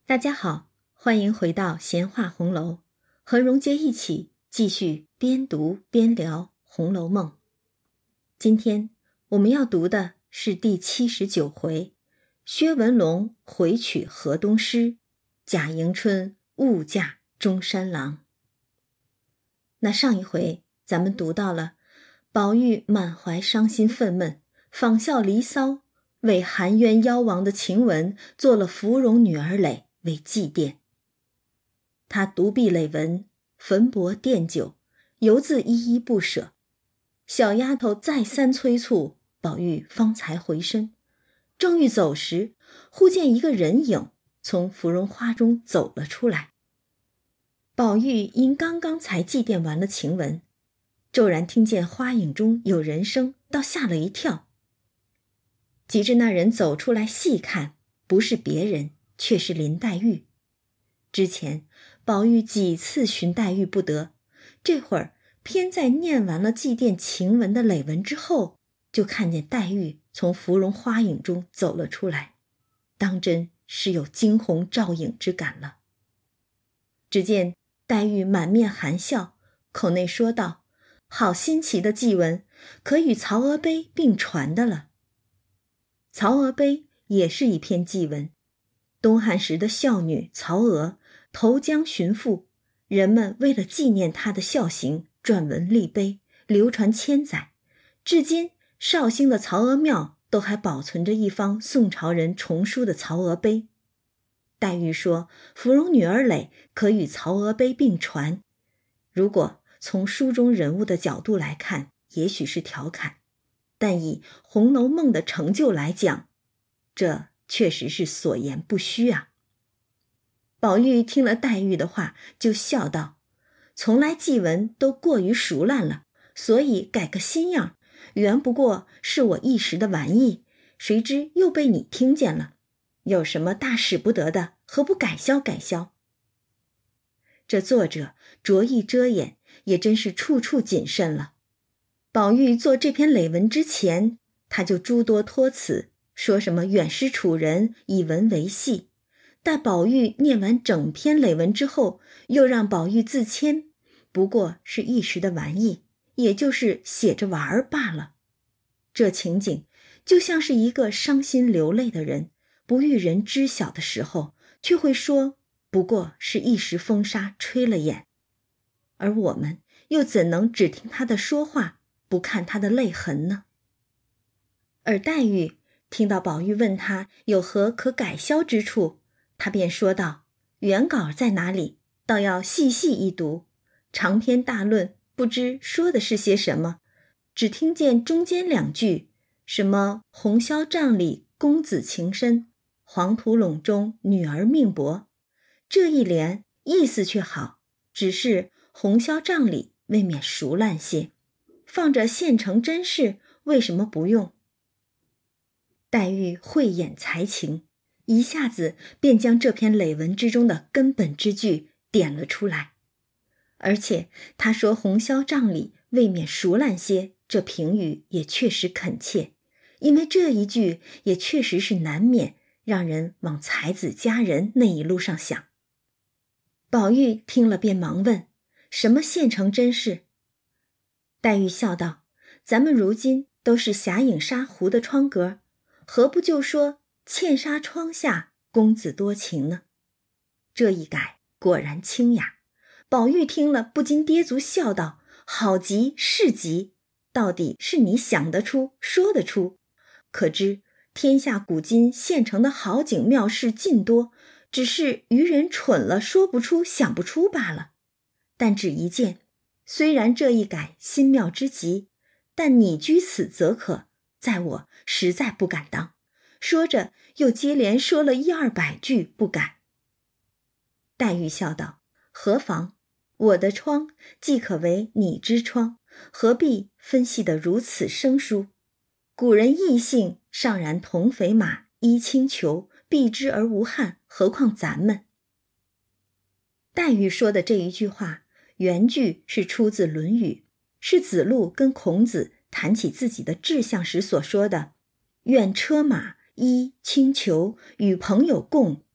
大家好，欢迎回到闲话红楼，和荣杰一起继续边读边聊《红楼梦》。今天我们要读的是第79回，薛文龙回娶河东狮，贾迎春误嫁中山狼。那上一回咱们读到了宝玉满怀伤心愤懑，仿效离骚，为含冤夭亡的晴雯做了芙蓉女儿诔为祭奠。他独臂垒文，焚帛奠酒，犹自依依不舍。小丫头再三催促，宝玉方才回身。正欲走时，忽见一个人影从芙蓉花中走了出来。宝玉因刚刚才祭奠完了晴雯，骤然听见花影中有人声，倒吓了一跳。及至那人走出来细看，不是别人，却是林黛玉。之前宝玉几次寻黛玉不得，这会儿偏在念完了祭奠晴雯的累文之后，就看见黛玉从芙蓉花影中走了出来，当真是有惊鸿照影之感了。只见黛玉满面含笑，口内说道：好新奇的祭文，可与曹娥碑并传的了。曹娥碑也是一篇祭文，东汉时的孝女曹娥投江寻父，人们为了纪念她的孝行，撰文立碑，流传千载，至今绍兴的曹娥庙都还保存着一方宋朝人重书的曹娥碑。黛玉说芙蓉女儿诔可与曹娥碑并传，如果从书中人物的角度来看，也许是调侃，但以《红楼梦》的成就来讲，这确实是所言不虚啊。宝玉听了黛玉的话，就笑道：从来祭文都过于熟烂了，所以改个新样，原不过是我一时的玩意，谁知又被你听见了，有什么大使不得的，何不改消改消？这作者着意遮掩，也真是处处谨慎了。宝玉做这篇累文之前，他就诸多托辞，说什么远师楚人，以文为戏。待宝玉念完整篇累文之后，又让宝玉自谦，不过是一时的玩意，也就是写着玩儿罢了。这情景就像是一个伤心流泪的人，不欲人知晓的时候，却会说不过是一时风沙吹了眼。而我们又怎能只听他的说话，不看他的泪痕呢？而黛玉听到宝玉问他有何可改消之处，他便说道：原稿在哪里？倒要细细一读，长篇大论不知说的是些什么，只听见中间两句，什么红绡帐里公子情深，黄土垄中女儿命薄，这一联意思却好，只是红绡帐里未免熟烂些，放着现成真事为什么不用？黛玉慧眼才情，一下子便将这篇累文之中的根本之句点了出来。而且他说红绡帐里未免熟烂些，这评语也确实恳切，因为这一句也确实是难免让人往才子佳人那一路上想。宝玉听了便忙问：什么现成真事？黛玉笑道：咱们如今都是霞影纱湖的窗格，何不就说茜纱窗下公子多情呢？这一改果然清雅。宝玉听了不禁跌足笑道：好极是极，到底是你想得出说得出，可知天下古今现成的好景妙事尽多，只是愚人蠢了说不出想不出罢了。但只一件，虽然这一改新妙之极，但你居此则可，在我实在不敢当。说着又接连说了100-200句不敢。黛玉笑道：何妨，我的窗既可为你之窗，何必分析得如此生疏？古人异性尚然同肥马，衣轻裘，避之而无憾，何况咱们？黛玉说的这一句话，原句是出自《论语》，是子路跟孔子谈起自己的志向时所说的：愿车马衣轻裘，与朋友共，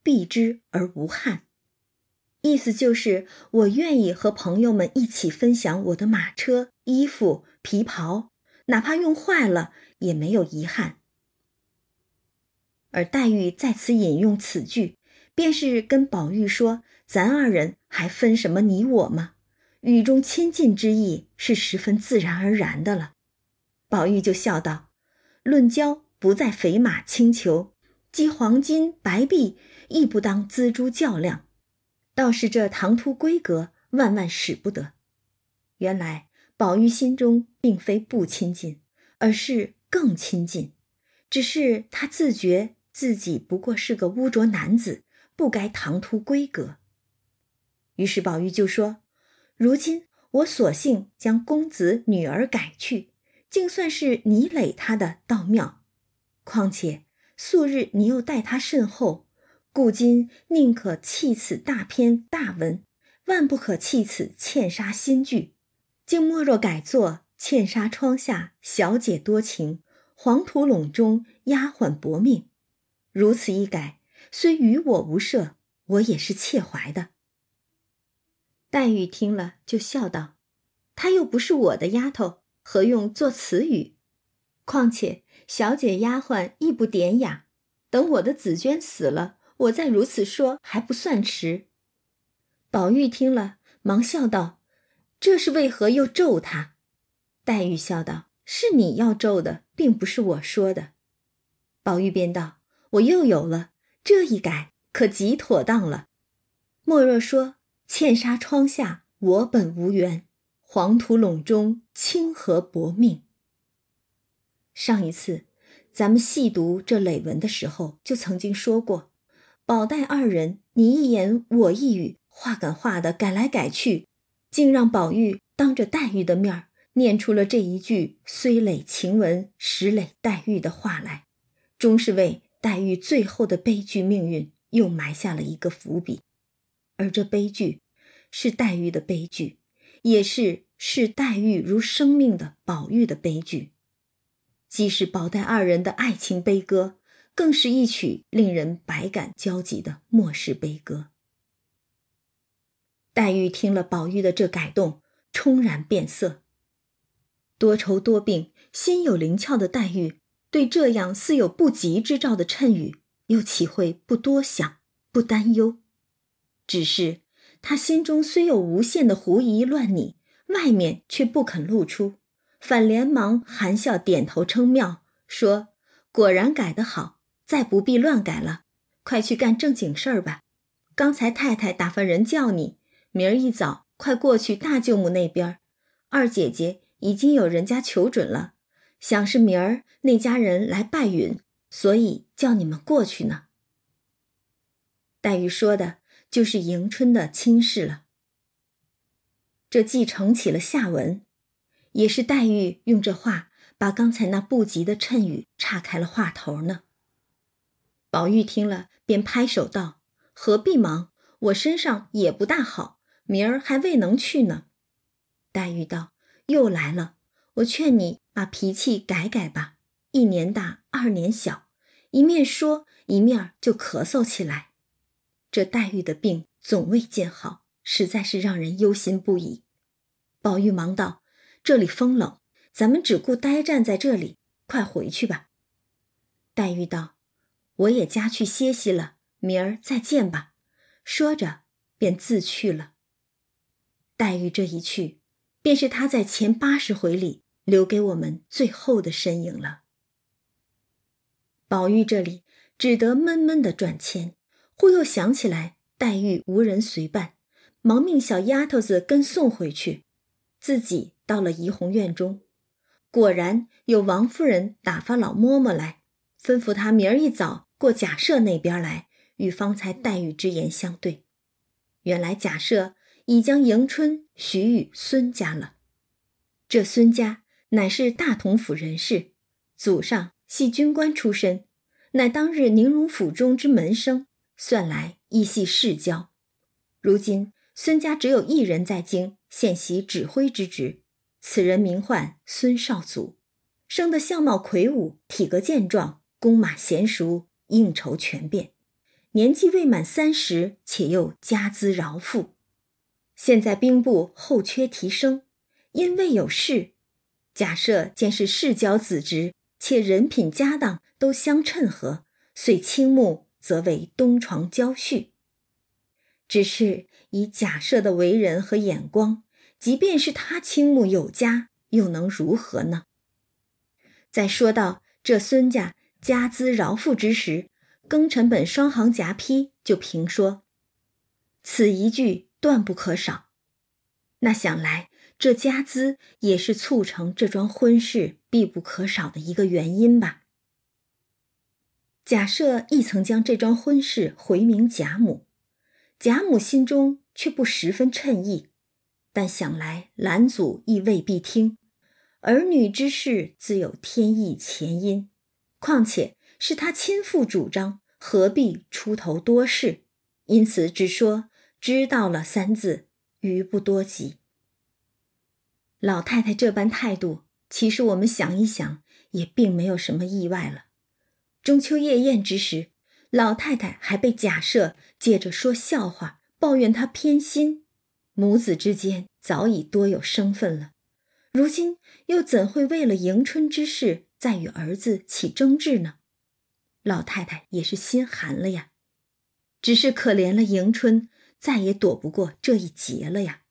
避之而无憾。意思就是我愿意和朋友们一起分享我的马车、衣服、皮袍，哪怕用坏了也没有遗憾。而黛玉在此引用此句，便是跟宝玉说，咱二人还分什么你我吗？语中亲近之意是十分自然而然的了。宝玉就笑道，论交不在肥马轻裘，即黄金白璧亦不当锱铢较量，倒是这唐突闺阁万万使不得。原来宝玉心中并非不亲近，而是更亲近，只是他自觉自己不过是个污浊男子，不该唐突闺阁。于是宝玉就说，如今我索性将公子女儿改去，竟算是你累他的道妙。况且素日你又待他甚厚，故今宁可弃此大篇大文，万不可弃此茜纱新句，竟莫若改作茜纱窗下小姐多情，黄土垄中丫鬟薄命。如此一改，虽与我无涉，我也是切怀的。黛玉听了就笑道，她又不是我的丫头，何用作此语？况且小姐丫鬟亦不典雅，等我的紫鹃死了，我再如此说还不算迟。宝玉听了忙笑道，这是为何又咒他？黛玉笑道，是你要咒的，并不是我说的。宝玉便道，我又有了，这一改可极妥当了。莫若说茜纱窗下我本无缘，黄土垄中清河薄命。上一次咱们细读这累文的时候，就曾经说过，宝黛二人你一言我一语，话赶话的改来改去，竟让宝玉当着黛玉的面念出了这一句虽累晴雯，实累黛玉的话来，终是为黛玉最后的悲剧命运又埋下了一个伏笔。而这悲剧是黛玉的悲剧，也是视黛玉如生命的宝玉的悲剧。既是宝黛二人的爱情悲歌，更是一曲令人百感交集的末世悲歌。黛玉听了宝玉的这改动，冲然变色。多愁多病、心有灵窍的黛玉，对这样似有不吉之兆的谶语，又岂会不多想、不担忧？只是她心中虽有无限的狐疑乱拟，外面却不肯露出，反连忙含笑点头称妙，说，果然改得好，再不必乱改了，快去干正经事儿吧。刚才太太打发人叫你，明儿一早快过去大舅母那边，二姐姐已经有人家求准了，想是明儿那家人来拜允，所以叫你们过去呢。黛玉说的就是迎春的亲事了。这既承起了下文，也是黛玉用这话把刚才那不吉的谶语岔开了话头呢。宝玉听了便拍手道，何必忙，我身上也不大好，明儿还未能去呢。黛玉道，又来了，我劝你把脾气改改吧，一年大二年小，一面说一面就咳嗽起来。这黛玉的病总未见好，实在是让人忧心不已。宝玉忙道，这里风冷，咱们只顾呆站在这里，快回去吧。黛玉道，我也家去歇息了，明儿再见吧。说着便自去了。黛玉这一去，便是她在前80回里留给我们最后的身影了。宝玉这里只得闷闷地转签，忽又想起来黛玉无人随伴，忙命小丫头子跟送回去，自己到了怡红院中，果然有王夫人打发老嬷嬷来，吩咐她明儿一早过贾赦那边来，与方才黛玉之言相对。原来贾赦已将迎春许与孙家了。这孙家乃是大同府人士，祖上系军官出身，乃当日宁荣府中之门生，算来亦系世交。如今孙家只有一人在京现袭指挥之职，此人名唤孙绍祖，生得相貌魁梧，体格健壮，弓马娴熟，应酬全变， 年纪未满30，且又家资饶富。现在兵部后缺提升，因未有事，贾赦见是世交子侄，且人品家当都相称合，遂倾慕，则为东床交婿。只是以贾赦的为人和眼光，即便是他倾慕有加，又能如何呢？再说到这孙家家资饶富之时，庚辰本双行夹批就评说，此一句断不可少。那想来这家资也是促成这桩婚事必不可少的一个原因吧。贾赦亦曾将这桩婚事回明贾母，贾母心中却不十分称意，但想来兰祖亦未必听，儿女之事自有天意前因，况且是他亲父主张，何必出头多事，因此只说知道了3字，余不多及。老太太这般态度，其实我们想一想，也并没有什么意外了。中秋夜宴之时，老太太还被贾赦借着说笑话，抱怨他偏心，母子之间早已多有生分了，如今又怎会为了迎春之事再与儿子起争执呢？老太太也是心寒了呀，只是可怜了迎春，再也躲不过这一劫了呀。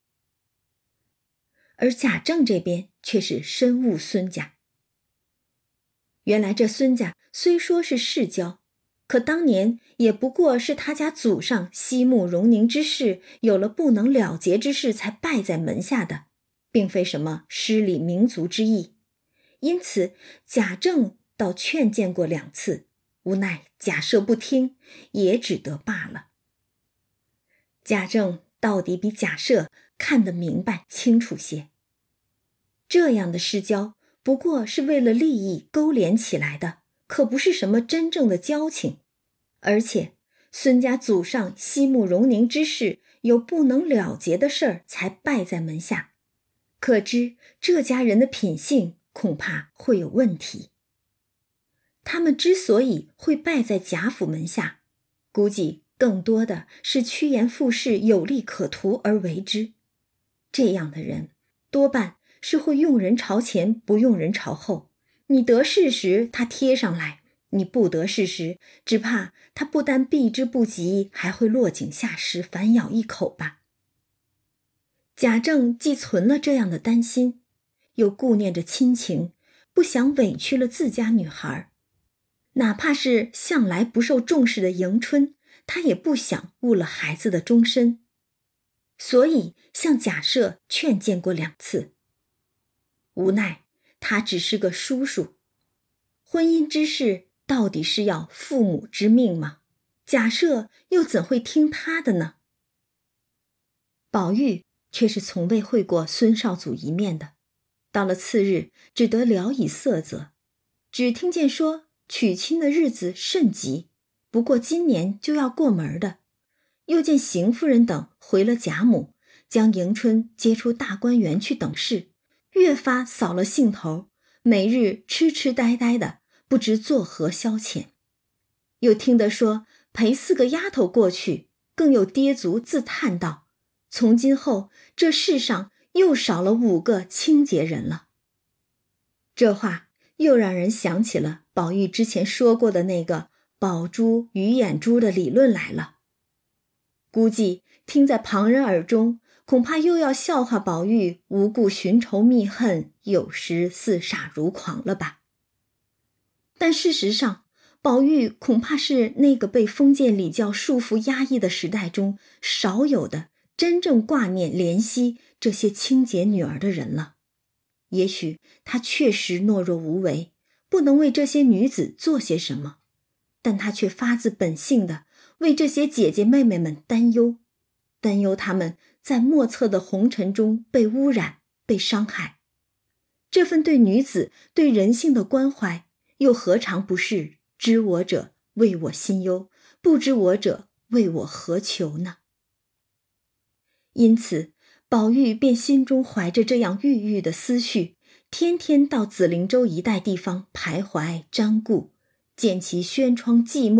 而贾政这边却是深恶孙家。原来这孙家虽说是世交，可当年也不过是他家祖上惜慕荣宁之事，有了不能了结之事才拜在门下的，并非什么失礼民族之意。因此贾政倒劝谏过2次，无奈贾赦不听，也只得罢了。贾政到底比贾赦看得明白清楚些，这样的世交不过是为了利益勾连起来的，可不是什么真正的交情。而且孙家祖上惜慕荣宁之事，有不能了结的事儿才拜在门下，可知这家人的品性恐怕会有问题。他们之所以会拜在贾府门下，估计更多的是趋炎附势，有利可图而为之。这样的人多半是会用人朝前，不用人朝后，你得势时他贴上来，你不得势时，只怕他不但避之不及，还会落井下石，反咬一口吧。贾政既存了这样的担心，又顾念着亲情，不想委屈了自家女孩，哪怕是向来不受重视的迎春，他也不想误了孩子的终身，所以向贾赦劝谏过2次。无奈他只是个叔叔，婚姻之事到底是要父母之命吗？贾赦又怎会听他的呢？宝玉却是从未会过孙少祖一面的，到了次日只得聊以色泽，只听见说娶亲的日子甚急，不过今年就要过门的。又见邢夫人等回了贾母，将迎春接出大观园去等事，越发扫了兴头，每日痴痴呆呆的，不知作何消遣。又听得说陪4个丫头过去，更有跌足自叹道，从今后这世上又少了5个清洁人了。这话又让人想起了宝玉之前说过的那个宝珠鱼眼珠的理论来了。估计听在旁人耳中，恐怕又要笑话宝玉无故寻仇觅恨，有时似傻如狂了吧。但事实上，宝玉恐怕是那个被封建礼教束缚压抑的时代中少有的真正挂念怜惜这些清洁女儿的人了。也许他确实懦弱无为，不能为这些女子做些什么，但他却发自本性的为这些姐姐妹妹们担忧，担忧她们在莫测的红尘中被污染，被伤害。这份对女子对人性的关怀，又何尝不是知我者为我心忧，不知我者为我何求呢？因此宝玉便心中怀着这样郁郁的思绪，天天到紫灵洲一带地方徘徊瞻顾，见其轩窗寂寞，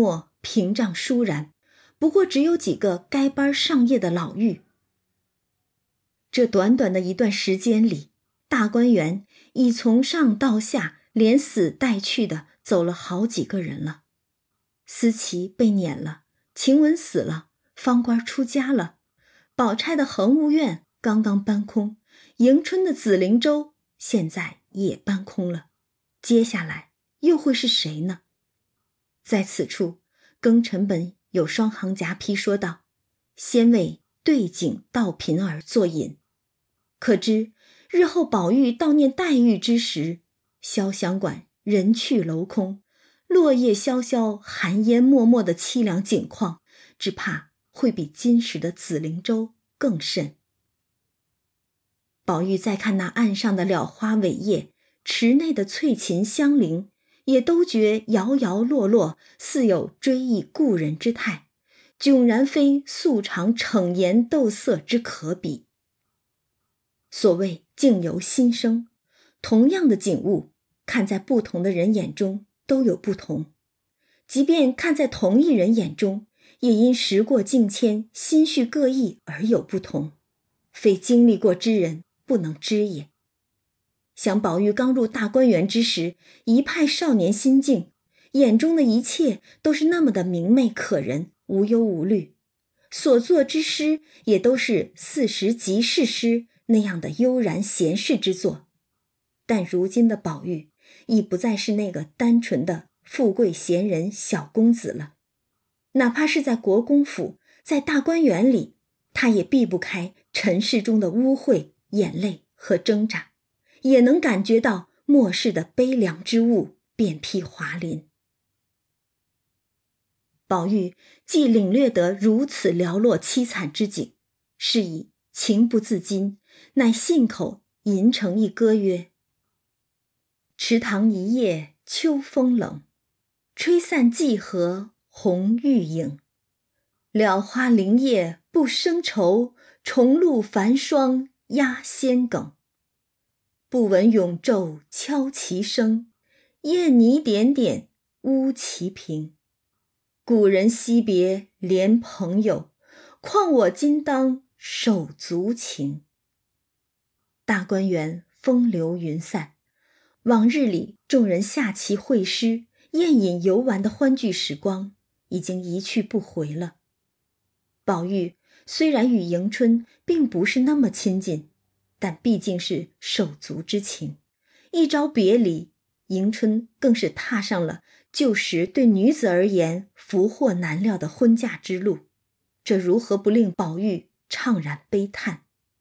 屏障疏然，不过只有几个该班上夜的老妪。这短短的一段时间里，大观园已从上到下连死带去的走了好几个人了。思琪被撵了，晴雯死了，方官出家了，宝钗的恒芜苑刚刚搬空，迎春的紫菱洲现在也搬空了，接下来又会是谁呢？在此处，庚辰本有双行夹批说道：先为对景道贫儿作引，可知日后宝玉悼念黛玉之时，潇湘馆人去楼空，落叶萧萧，寒烟漠漠的凄凉景况，只怕会比今时的紫菱洲更甚。宝玉再看那岸上的蓼花伟叶，池内的翠琴香菱，也都觉摇摇落落，似有追忆故人之态，迥然非素常逞颜斗色之可比。所谓境由心生，同样的景物，看在不同的人眼中都有不同，即便看在同一人眼中，也因时过境迁，心绪各异而有不同，非经历过之人不能知也。想宝玉刚入大观园之时，一派少年心境，眼中的一切都是那么的明媚可人，无忧无虑，所作之诗也都是40即事诗那样的悠然闲适之作。但如今的宝玉已不再是那个单纯的富贵闲人小公子了，哪怕是在国公府，在大观园里，他也避不开尘世中的污秽、眼泪和挣扎，也能感觉到末世的悲凉之物遍披华林。宝玉既领略得如此寥落凄惨之景，是以情不自禁，乃信口吟成一歌曰：池塘一夜秋风冷，吹散荠荷红玉影，蓼花零叶不生愁，重露繁霜压仙梗。不闻永昼敲其声，燕泥点点乌其平。故人惜别怜朋友，况我今当手足情。大观园风流云散，往日里众人下棋会诗、宴饮游玩的欢聚时光已经一去不回了。宝玉虽然与迎春并不是那么亲近，但毕竟是手足之情，一朝别离，迎春更是踏上了旧时对女子而言福祸难料的婚嫁之路，这如何不令宝玉怅然悲叹？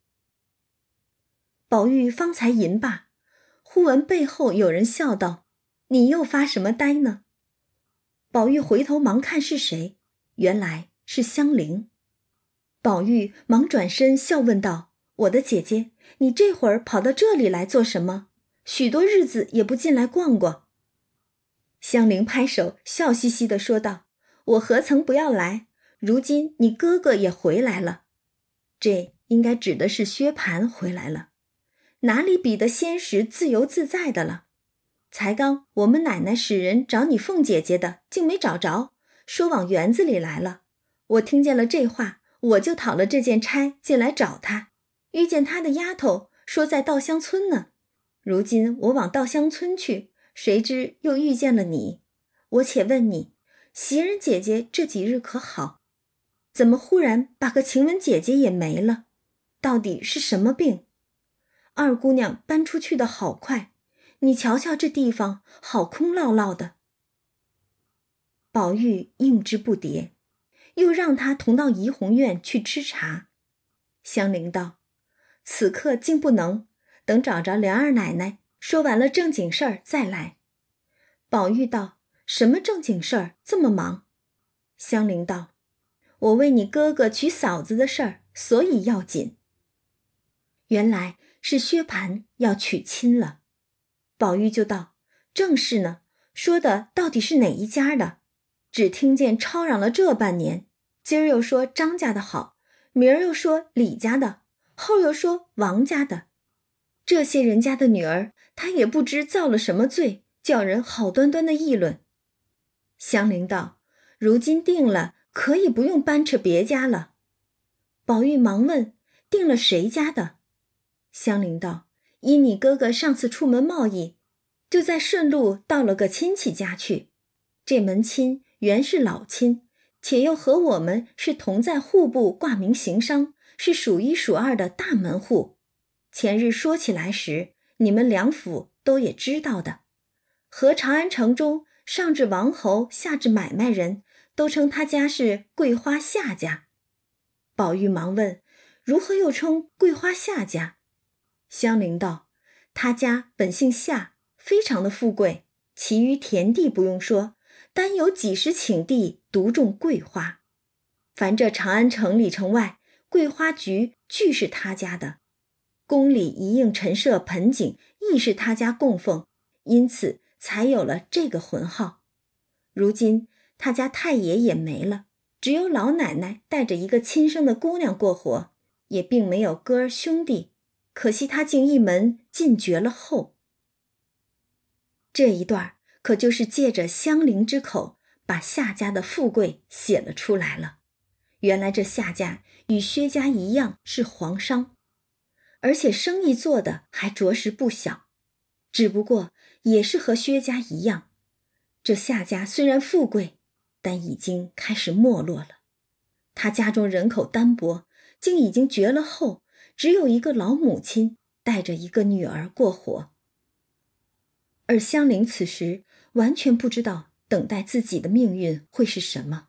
宝玉方才吟罢，忽闻背后有人笑道：你又发什么呆呢？宝玉回头忙看是谁，原来是香菱。宝玉忙转身笑问道：我的姐姐，你这会儿跑到这里来做什么？许多日子也不进来逛逛。香菱拍手笑嘻嘻地说道：我何曾不要来，如今你哥哥也回来了。这应该指的是薛蟠回来了，哪里比得先时自由自在的了。才刚我们奶奶使人找你凤姐姐的，竟没找着，说往园子里来了。我听见了这话，我就讨了这件差进来找他，遇见他的丫头说在稻香村呢。如今我往稻香村去，谁知又遇见了你。我且问你，袭人姐姐这几日可好？怎么忽然把个晴雯姐姐也没了？到底是什么病？二姑娘搬出去的好快，你瞧瞧这地方好空落落的。宝玉应之不迭，又让他同到怡红院去吃茶。香菱道：此刻竟不能，等找着梁二奶奶，说完了正经事儿再来。宝玉道：什么正经事儿这么忙？香菱道：我为你哥哥娶嫂子的事儿，所以要紧。原来是薛蟠要娶亲了。宝玉就道：正是呢，说的到底是哪一家的？只听见吵嚷了这半年，今儿又说张家的好，明儿又说李家的，后又说王家的。这些人家的女儿，他也不知造了什么罪，叫人好端端的议论。香菱道： 如今定了，可以不用搬扯别家了。宝玉忙问：定了谁家的？香菱道：依你哥哥上次出门贸易，就在顺路到了个亲戚家去。这门亲原是老亲，且又和我们是同在户部挂名行商，是数一数二的大门户。前日说起来时，你们两府都也知道的。和长安城中上至王侯，下至买卖人，都称他家是桂花夏家。宝玉忙问：如何又称桂花夏家？香菱道：他家本姓夏，非常的富贵，其余田地不用说，单有几十顷地独种桂花。凡这长安城里城外，桂花菊俱是他家的，宫里一应陈设盆景亦是他家供奉，因此才有了这个浑号。如今他家太爷也没了，只有老奶奶带着一个亲生的姑娘过活，也并没有哥儿兄弟，可惜他竟一门尽绝了后。这一段可就是借着香菱之口，把夏家的富贵写了出来了。原来这夏家与薛家一样是皇商，而且生意做的还着实不小，只不过也是和薛家一样，这夏家虽然富贵，但已经开始没落了。他家中人口单薄，竟已经绝了后，只有一个老母亲带着一个女儿过活。而香菱此时完全不知道等待自己的命运会是什么。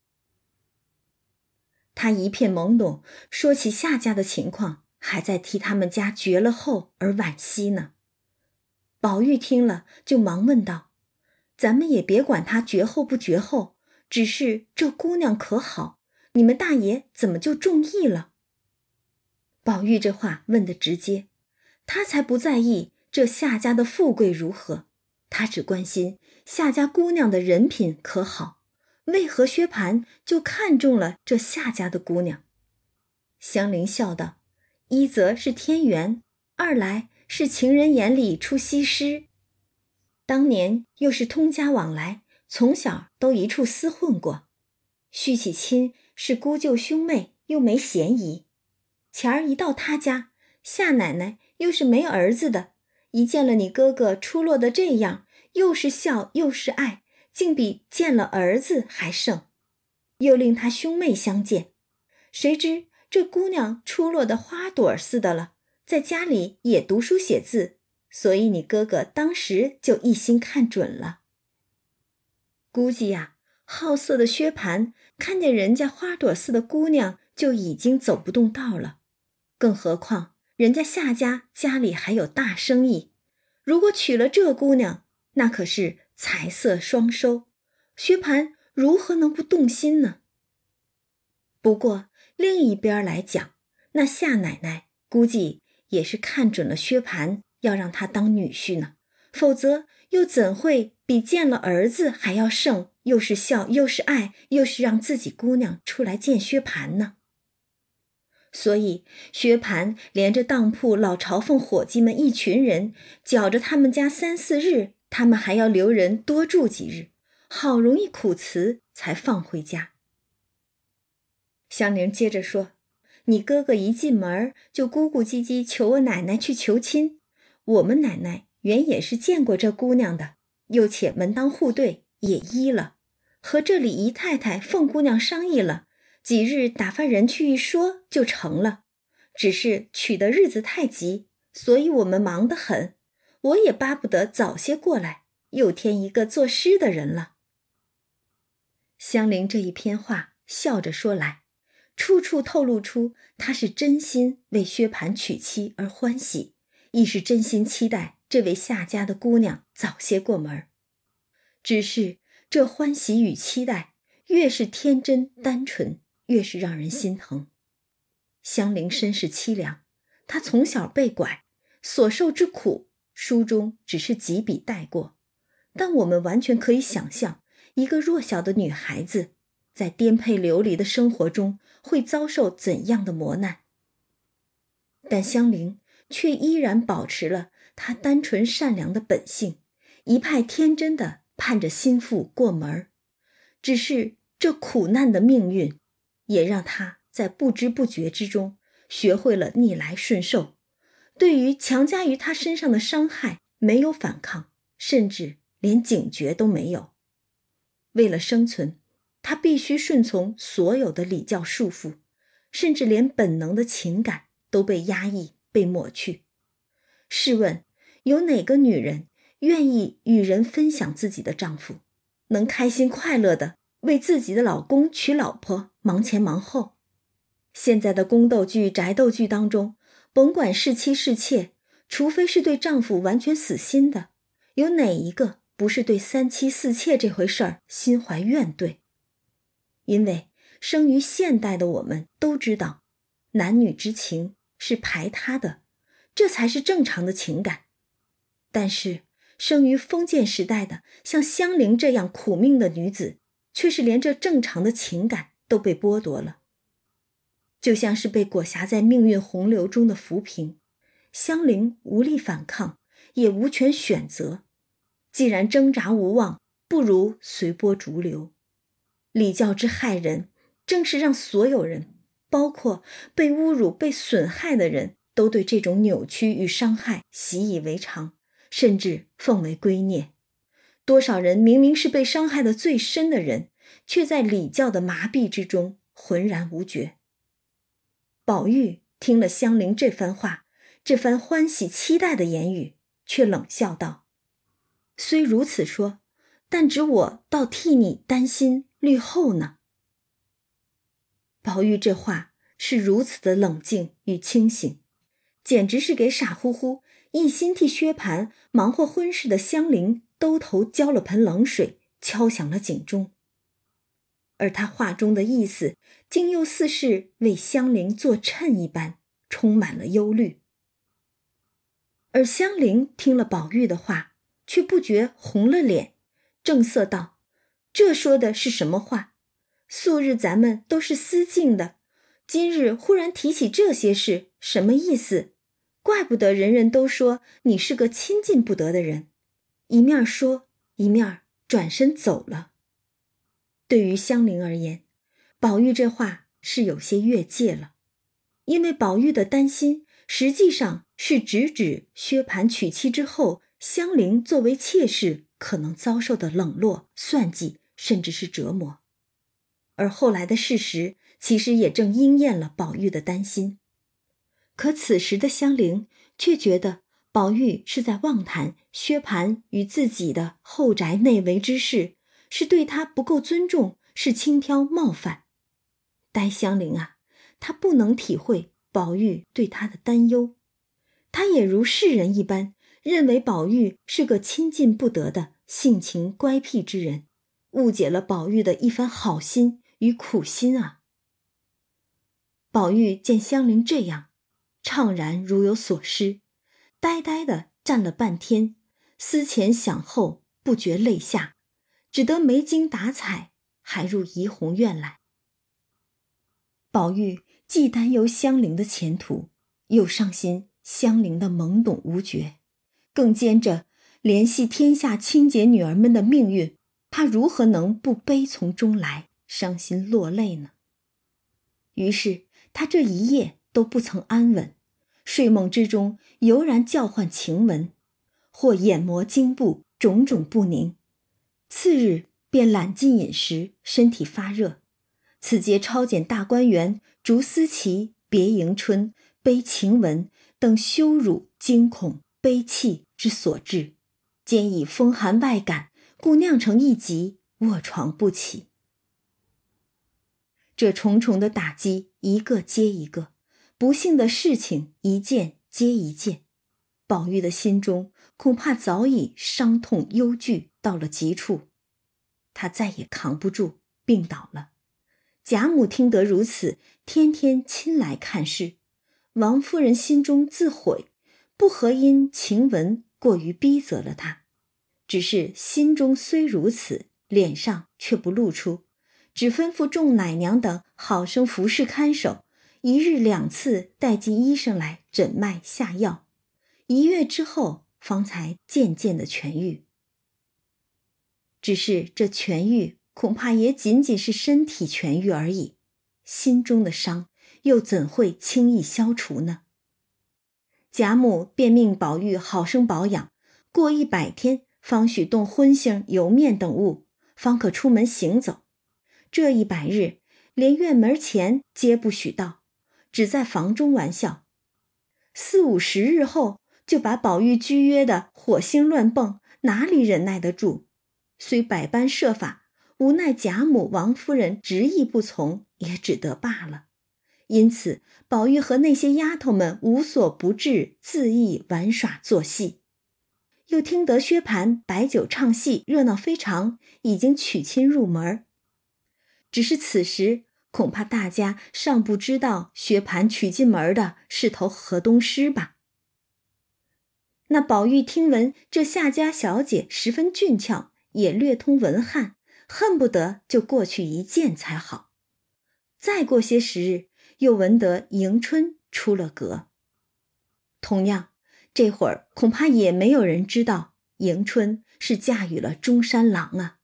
他一片懵懂，说起夏家的情况，还在替他们家绝了后而惋惜呢。宝玉听了，就忙问道：咱们也别管他绝后不绝后，只是这姑娘可好？你们大爷怎么就中意了？宝玉这话问得直接，他才不在意这夏家的富贵如何，他只关心夏家姑娘的人品可好，为何薛蟠就看中了这夏家的姑娘？香菱笑道：一则是天缘，二来是情人眼里出西施。当年又是通家往来，从小都一处厮混过，续起亲是姑舅兄妹，又没嫌疑。前儿一到他家，夏奶奶又是没儿子的，一见了你哥哥出落得这样，又是笑又是爱，竟比见了儿子还盛，又令他兄妹相见。谁知这姑娘出落的花朵似的了，在家里也读书写字，所以你哥哥当时就一心看准了。估计呀，好色的薛蟠看见人家花朵似的姑娘，就已经走不动道了。更何况人家夏家家里还有大生意，如果娶了这姑娘，那可是财色双收，薛蟠如何能不动心呢？不过另一边来讲，那夏奶奶估计也是看准了薛蟠要让他当女婿呢，否则又怎会比见了儿子还要盛，又是笑又是爱，又是让自己姑娘出来见薛蟠呢？所以薛蟠连着当铺老朝奉伙计们一群人，搅着他们家3、4日，他们还要留人多住几日，好容易苦辞才放回家。香菱接着说：你哥哥一进门就咕咕唧唧求我奶奶去求亲，我们奶奶原也是见过这姑娘的，又且门当户对也依了，和这里姨太太凤姑娘商议了，几日打发人去一说就成了，只是取的日子太急，所以我们忙得很，我也巴不得早些过来，又添一个作诗的人了。香菱这一篇话笑着说来，处处透露出他是真心为薛蟠娶妻而欢喜，亦是真心期待这位夏家的姑娘早些过门。只是这欢喜与期待越是天真单纯，越是让人心疼。香菱身世凄凉，她从小被拐，所受之苦，书中只是几笔带过，但我们完全可以想象，一个弱小的女孩子在颠沛流离的生活中会遭受怎样的磨难。但香菱却依然保持了她单纯善良的本性，一派天真的盼着心腹过门，只是这苦难的命运也让他在不知不觉之中学会了逆来顺受，对于强加于他身上的伤害没有反抗，甚至连警觉都没有。为了生存，他必须顺从所有的礼教束缚，甚至连本能的情感都被压抑、被抹去。试问，有哪个女人愿意与人分享自己的丈夫，能开心快乐地为自己的老公娶老婆忙前忙后？现在的宫斗剧、宅斗剧当中，甭管是妻是妾，除非是对丈夫完全死心的，有哪一个不是对三妻四妾这回事儿心怀怨怼？因为生于现代的我们都知道，男女之情是排他的，这才是正常的情感。但是生于封建时代的像香菱这样苦命的女子，却是连这正常的情感都被剥夺了。就像是被裹挟在命运洪流中的浮萍，香菱无力反抗，也无权选择。既然挣扎无望，不如随波逐流。礼教之害人，正是让所有人，包括被侮辱、被损害的人，都对这种扭曲与伤害习以为常，甚至奉为圭臬。多少人明明是被伤害的最深的人，却在礼教的麻痹之中浑然无觉。宝玉听了香菱这番话，这番欢喜期待的言语，却冷笑道：虽如此说，但只我倒替你担心虑后呢。宝玉这话是如此的冷静与清醒，简直是给傻乎乎一心替薛蟠忙活婚事的香菱兜头浇了盆冷水，敲响了警钟。而他话中的意思，竟又似是为香菱作衬一般，充满了忧虑。而香菱听了宝玉的话，却不觉红了脸，正色道：这说的是什么话？素日咱们都是私静的，今日忽然提起这些事，什么意思？怪不得人人都说你是个亲近不得的人。一面说，一面转身走了。对于香菱而言，宝玉这话是有些越界了，因为宝玉的担心实际上是直指薛蟠娶妻之后，香菱作为妾室可能遭受的冷落、算计，甚至是折磨。而后来的事实其实也正应验了宝玉的担心。可此时的香菱却觉得宝玉是在妄谈薛蟠与自己的后宅内围之事，是对他不够尊重，是轻佻冒犯。呆香菱啊，她不能体会宝玉对她的担忧，她也如世人一般，认为宝玉是个亲近不得的性情乖僻之人，误解了宝玉的一番好心与苦心啊。宝玉见香菱这样，怅然如有所失，呆呆地站了半天，思前想后，不觉泪下，只得没精打采，还入怡红院来。宝玉既担忧香菱的前途，又伤心香菱的懵懂无觉，更兼着怜惜天下亲姐女儿们的命运，他如何能不悲从中来，伤心落泪呢？于是他这一夜都不曾安稳，睡梦之中犹然叫唤晴雯，或眼膜惊怖，种种不宁。次日便懒进饮食，身体发热。此皆抄检大观园、逐思琪、别迎春、悲晴雯等羞辱、惊恐、悲泣之所致，兼以风寒外感，故酿成一疾，卧床不起。这重重的打击一个接一个，不幸的事情一件接一件，宝玉的心中恐怕早已伤痛忧惧到了极处，他再也扛不住，病倒了。贾母听得如此，天天亲来看事。王夫人心中自悔，不何因晴雯过于逼责了她，只是心中虽如此，脸上却不露出，只吩咐众奶娘等好生服侍看守，一日2次带进医生来诊脉下药，1月之后方才渐渐的痊愈。只是这痊愈恐怕也仅仅是身体痊愈而已，心中的伤又怎会轻易消除呢？贾母便命宝玉好生保养，过100天方许动荤腥、油面等物，方可出门行走。这100日，连院门前皆不许到，只在房中玩笑。4、50日后，就把宝玉拘约的火星乱蹦，哪里忍耐得住？虽百般设法，无奈贾母、王夫人执意不从，也只得罢了。因此，宝玉和那些丫头们无所不至，恣意玩耍作戏。又听得薛蟠摆酒唱戏，热闹非常，已经娶亲入门。只是此时恐怕大家尚不知道薛蟠娶进门的是头河东狮吧。那宝玉听闻这夏家小姐十分俊俏，也略通文翰，恨不得就过去一见才好。再过些时日，又闻得迎春出了阁。同样，这会儿恐怕也没有人知道迎春是嫁与了中山狼啊。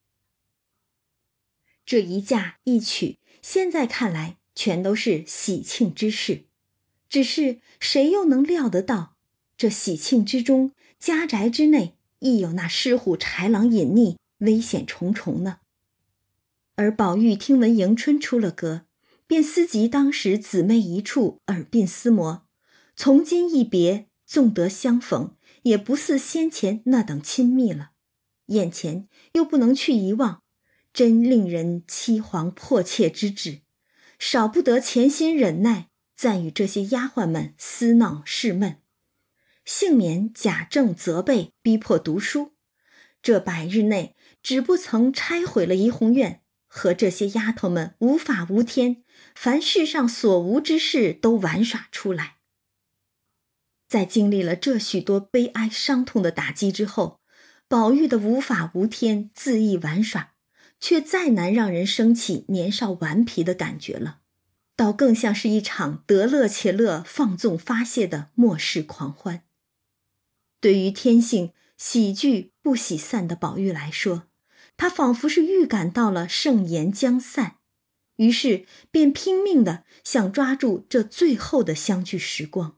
这一嫁一娶，现在看来全都是喜庆之事，只是谁又能料得到，这喜庆之中，家宅之内亦有那狮虎豺狼隐匿，危险重重呢？而宝玉听闻迎春出了阁，便思及当时姊妹一处，耳鬓厮磨，从今一别，纵得相逢，也不似先前那等亲密了。眼前又不能去遗忘，真令人凄惶迫切之至，少不得潜心忍耐，暂与这些丫鬟们私闹试闷，幸免贾政责备逼迫读书。这100日内，只不曾拆毁了怡红院，和这些丫头们无法无天，凡世上所无之事都玩耍出来。在经历了这许多悲哀伤痛的打击之后，宝玉的无法无天、恣意玩耍，却再难让人生起年少顽皮的感觉了，倒更像是一场得乐且乐、放纵发泄的末世狂欢。对于天性喜剧不喜散的宝玉来说，他仿佛是预感到了盛筵将散，于是便拼命地想抓住这最后的相聚时光。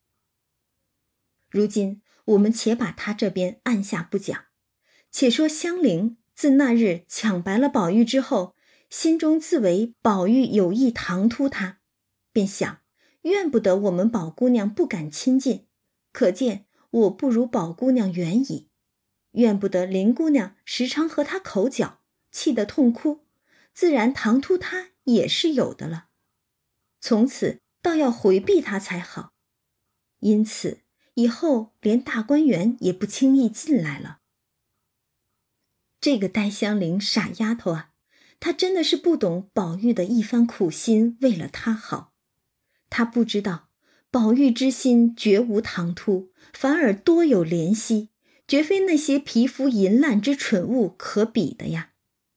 如今我们且把他这边按下不讲，且说香菱自那日抢白了宝玉之后，心中自为宝玉有意唐突他，便想怨不得我们宝姑娘不敢亲近，可见我不如宝姑娘远矣。怨不得林姑娘时常和他口角，气得痛哭，自然唐突他也是有的了。从此倒要回避他才好，因此以后连大观园也不轻易进来了。这个黛香菱傻丫头啊，她真的是不懂宝玉的一番苦心，为了她好。她不知道宝玉之心绝无唐突，反而多有怜惜，绝非那些皮肤淫烂之蠢物可比的呀。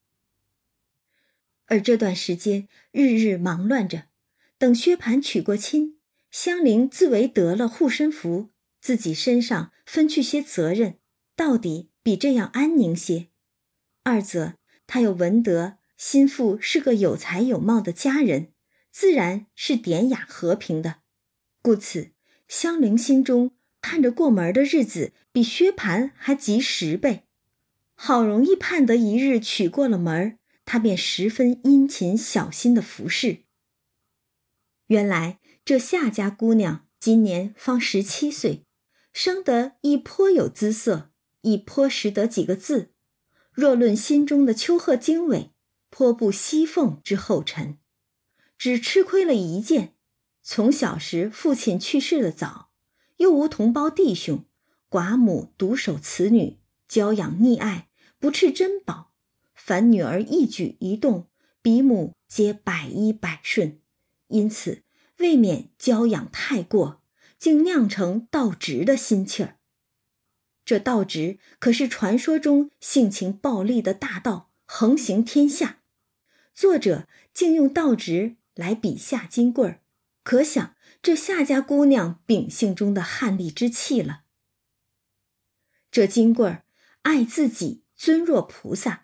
而这段时间日日忙乱着，等薛蟠娶过亲，香菱自为得了护身符，自己身上分去些责任，到底比这样安宁些。二则他又闻得心腹是个有才有貌的佳人，自然是典雅和平的，故此香菱心中盼着过门的日子比薛蟠还急10倍。好容易盼得一日娶过了门，他便十分殷勤小心的服侍。原来这夏家姑娘今年方17岁，生得亦颇有姿色，亦颇识得几个字，若论心中的丘壑经纬，颇不熙凤之后尘。只吃亏了一件，从小时父亲去世的早，又无同胞弟兄，寡母独守此女，娇养溺爱，不啻珍宝，凡女儿一举一动，比母皆百依百顺，因此未免娇养太过，竟酿成盗侄的心气儿。这盗侄可是传说中性情暴戾的大盗，横行天下。作者竟用盗侄来比夏金贵儿，可想这夏家姑娘秉性中的悍戾之气了。这金贵儿爱自己尊若菩萨，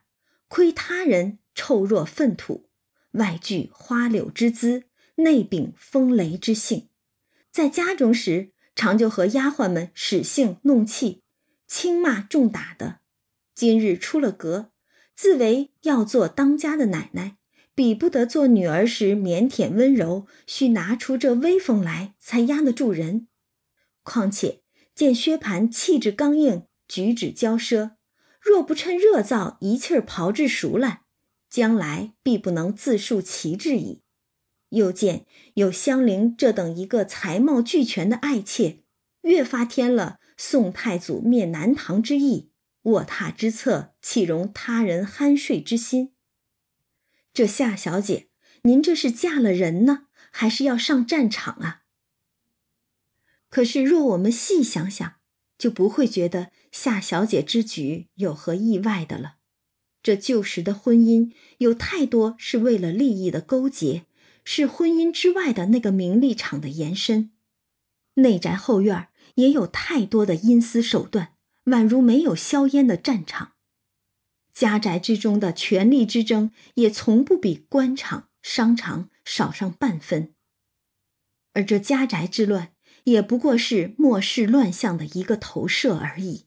窥他人臭若粪土，外具花柳之姿，内秉风雷之性。在家中时，常就和丫鬟们使性弄气，轻骂重打的。今日出了阁，自为要做当家的奶奶，比不得做女儿时腼腆温柔，需拿出这威风来才压得住人。况且见薛蟠气质刚硬，举止骄奢，若不趁热燥一气儿炮制熟烂，将来必不能自树其志矣。又见有香菱这等一个才貌俱全的爱妾，越发添了宋太祖灭南唐之意，卧榻之侧，岂容他人酣睡之心？这夏小姐，您这是嫁了人呢，还是要上战场啊？可是若我们细想想，就不会觉得夏小姐之举有何意外的了。这旧时的婚姻有太多是为了利益的勾结，是婚姻之外的那个名利场的延伸。内宅后院也有太多的阴私手段，宛如没有硝烟的战场。家宅之中的权力之争也从不比官场、商场少上半分。而这家宅之乱也不过是末世乱象的一个投射而已。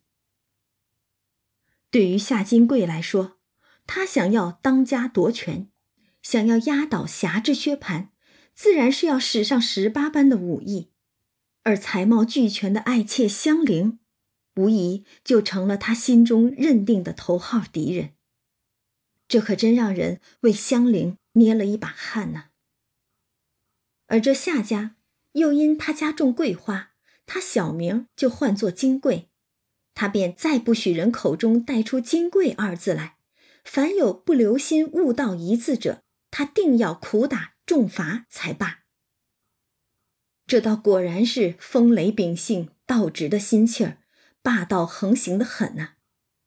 对于夏金桂来说，他想要当家夺权，想要压倒侠之薛蟠，自然是要使上18般的武艺，而才貌俱全的爱妾香菱，无疑就成了他心中认定的头号敌人。这可真让人为香菱捏了一把汗呐。而这夏家又因他家种桂花，他小名就唤作金桂，他便再不许人口中带出金桂二字来，凡有不留心误道一字者，他定要苦打重罚才罢。这倒果然是风雷秉性，道直的心气儿，霸道横行的很啊。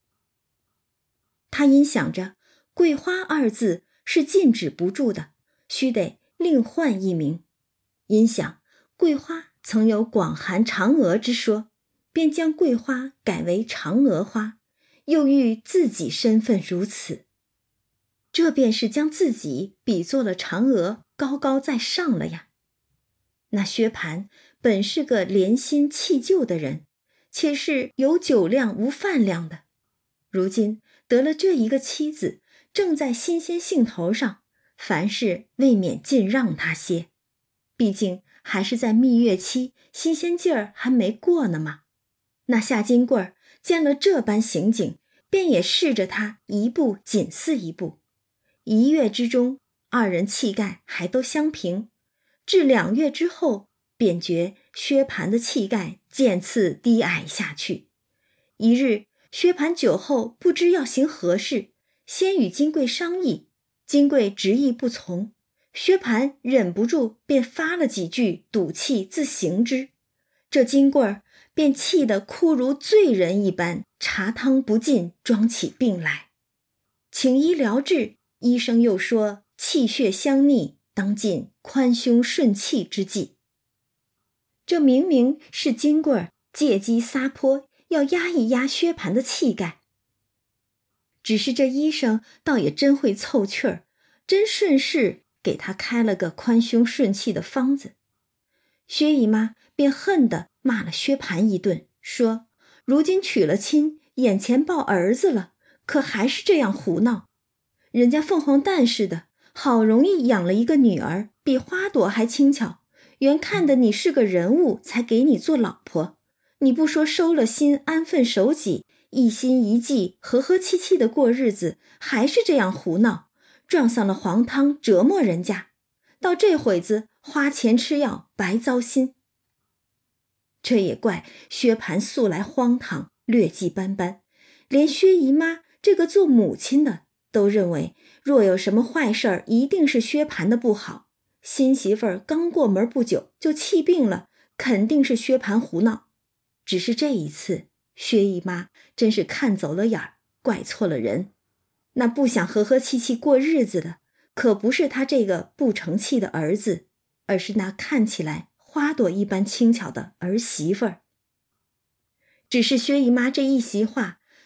他因想着桂花二字是禁止不住的，须得另换一名，因想桂花曾有广含嫦娥之说，便将桂花改为嫦娥花，又遇自己身份如此，这便是将自己比作了嫦娥，高高在上了呀。那薛蟠本是个怜新弃旧的人，且是有酒量无饭量的，如今得了这一个妻子，正在新鲜兴头上，凡事未免尽让他些，毕竟还是在蜜月期，新鲜劲儿还没过呢嘛。那夏金桂见了这般行景，便也试着他一步紧似一步，1月之中，二人气概还都相平，至2月之后，便觉薛蟠的气概渐次低矮下去。一日，薛蟠酒后不知要行何事，先与金桂商议，金桂执意不从，薛蟠忍不住便发了几句赌气自行之，这金桂便气得哭如醉人一般，茶汤不进，装起病来。请医疗治，医生又说气血相逆，当尽宽胸顺气之计。这明明是金桂借机撒泼，要压一压薛蟠的气概。只是这医生倒也真会凑趣儿，真顺势给他开了个宽胸顺气的方子。薛姨妈便恨地骂了薛蟠一顿，说如今娶了亲，眼前抱儿子了，可还是这样胡闹。人家凤凰蛋似的，好容易养了一个女儿，比花朵还轻巧，原看得你是个人物，才给你做老婆。你不说收了心，安分守己，一心一计，和和气气的过日子，还是这样胡闹，撞上了黄汤，折磨人家。到这会子，花钱吃药，白糟心。这也怪薛蟠素来荒唐，劣迹斑斑，连薛姨妈这个做母亲的都认为，若有什么坏事儿，一定是薛蟠的不好。新媳妇儿刚过门不久就气病了，肯定是薛蟠胡闹。只是这一次，薛姨妈真是看走了眼儿，怪错了人。那不想和和气气过日子的，可不是他这个不成器的儿子，而是那看起来花朵一般轻巧的儿媳妇儿。只是薛姨妈这一席话，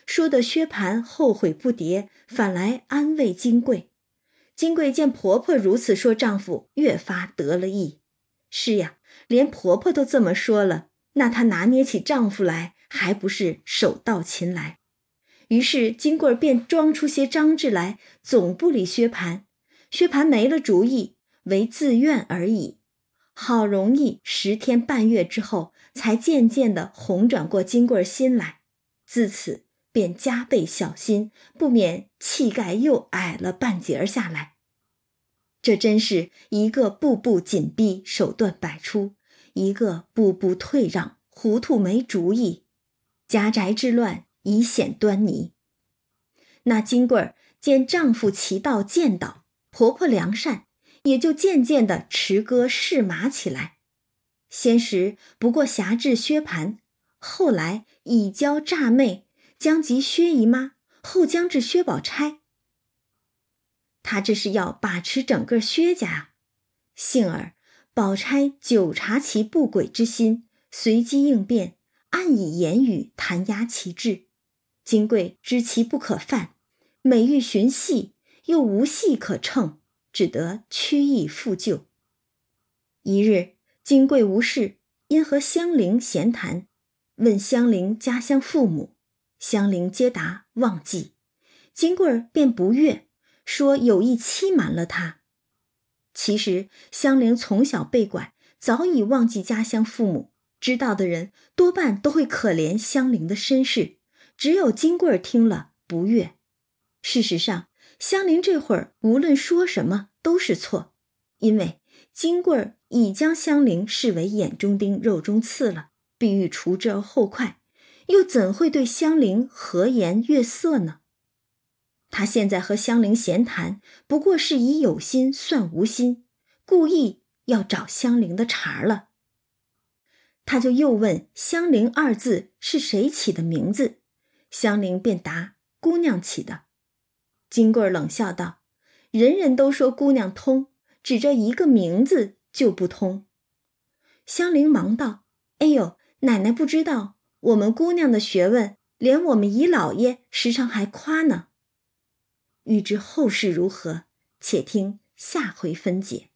说得薛蟠后悔不迭，反来安慰金贵。金贵见婆婆如此说丈夫，越发得了意。是呀，连婆婆都这么说了，那她拿捏起丈夫来，还不是手到擒来？于是金贵便装出些张志来，总不理薛蟠。薛蟠没了主意，唯自愿而已。好容易10天半月之后，才渐渐地红转过金贵心来。自此便加倍小心，不免气概又矮了半截下来。这真是一个步步紧逼，手段百出；一个步步退让，糊涂没主意。家宅之乱已显端倪。那金贵儿见丈夫其道渐倒，婆婆良善，也就渐渐地持戈试马起来。先时不过辖制薛蟠，后来以教诈妹，将及薛姨妈，后将至薛宝钗。他这是要把持整个薛家。幸而宝钗久察其不轨之心，随机应变，暗以言语弹压其志。金贵知其不可犯，每欲寻隙，又无隙可乘，只得屈意复旧。一日，金贵无事，因和香菱闲谈，问香菱家乡父母，香菱皆答忘记。金贵儿便不悦，说有意欺瞒了他。其实香菱从小被拐，早已忘记家乡父母，知道的人多半都会可怜香菱的身世，只有金贵儿听了不悦。事实上，香菱这会儿无论说什么都是错，因为金贵儿已将香菱视为眼中钉肉中刺了，必欲除之而后快，又怎会对香菱和颜悦色呢？他现在和香菱闲谈，不过是以有心算无心，故意要找香菱的茬了。他就又问香菱2字是谁起的名字，香菱便答姑娘起的。金贵儿冷笑道：人人都说姑娘通，只这一个名字就不通。香菱忙道：哎呦，奶奶不知道，我们姑娘的学问，连我们姨老爷时常还夸呢。欲知后事如何，且听下回分解。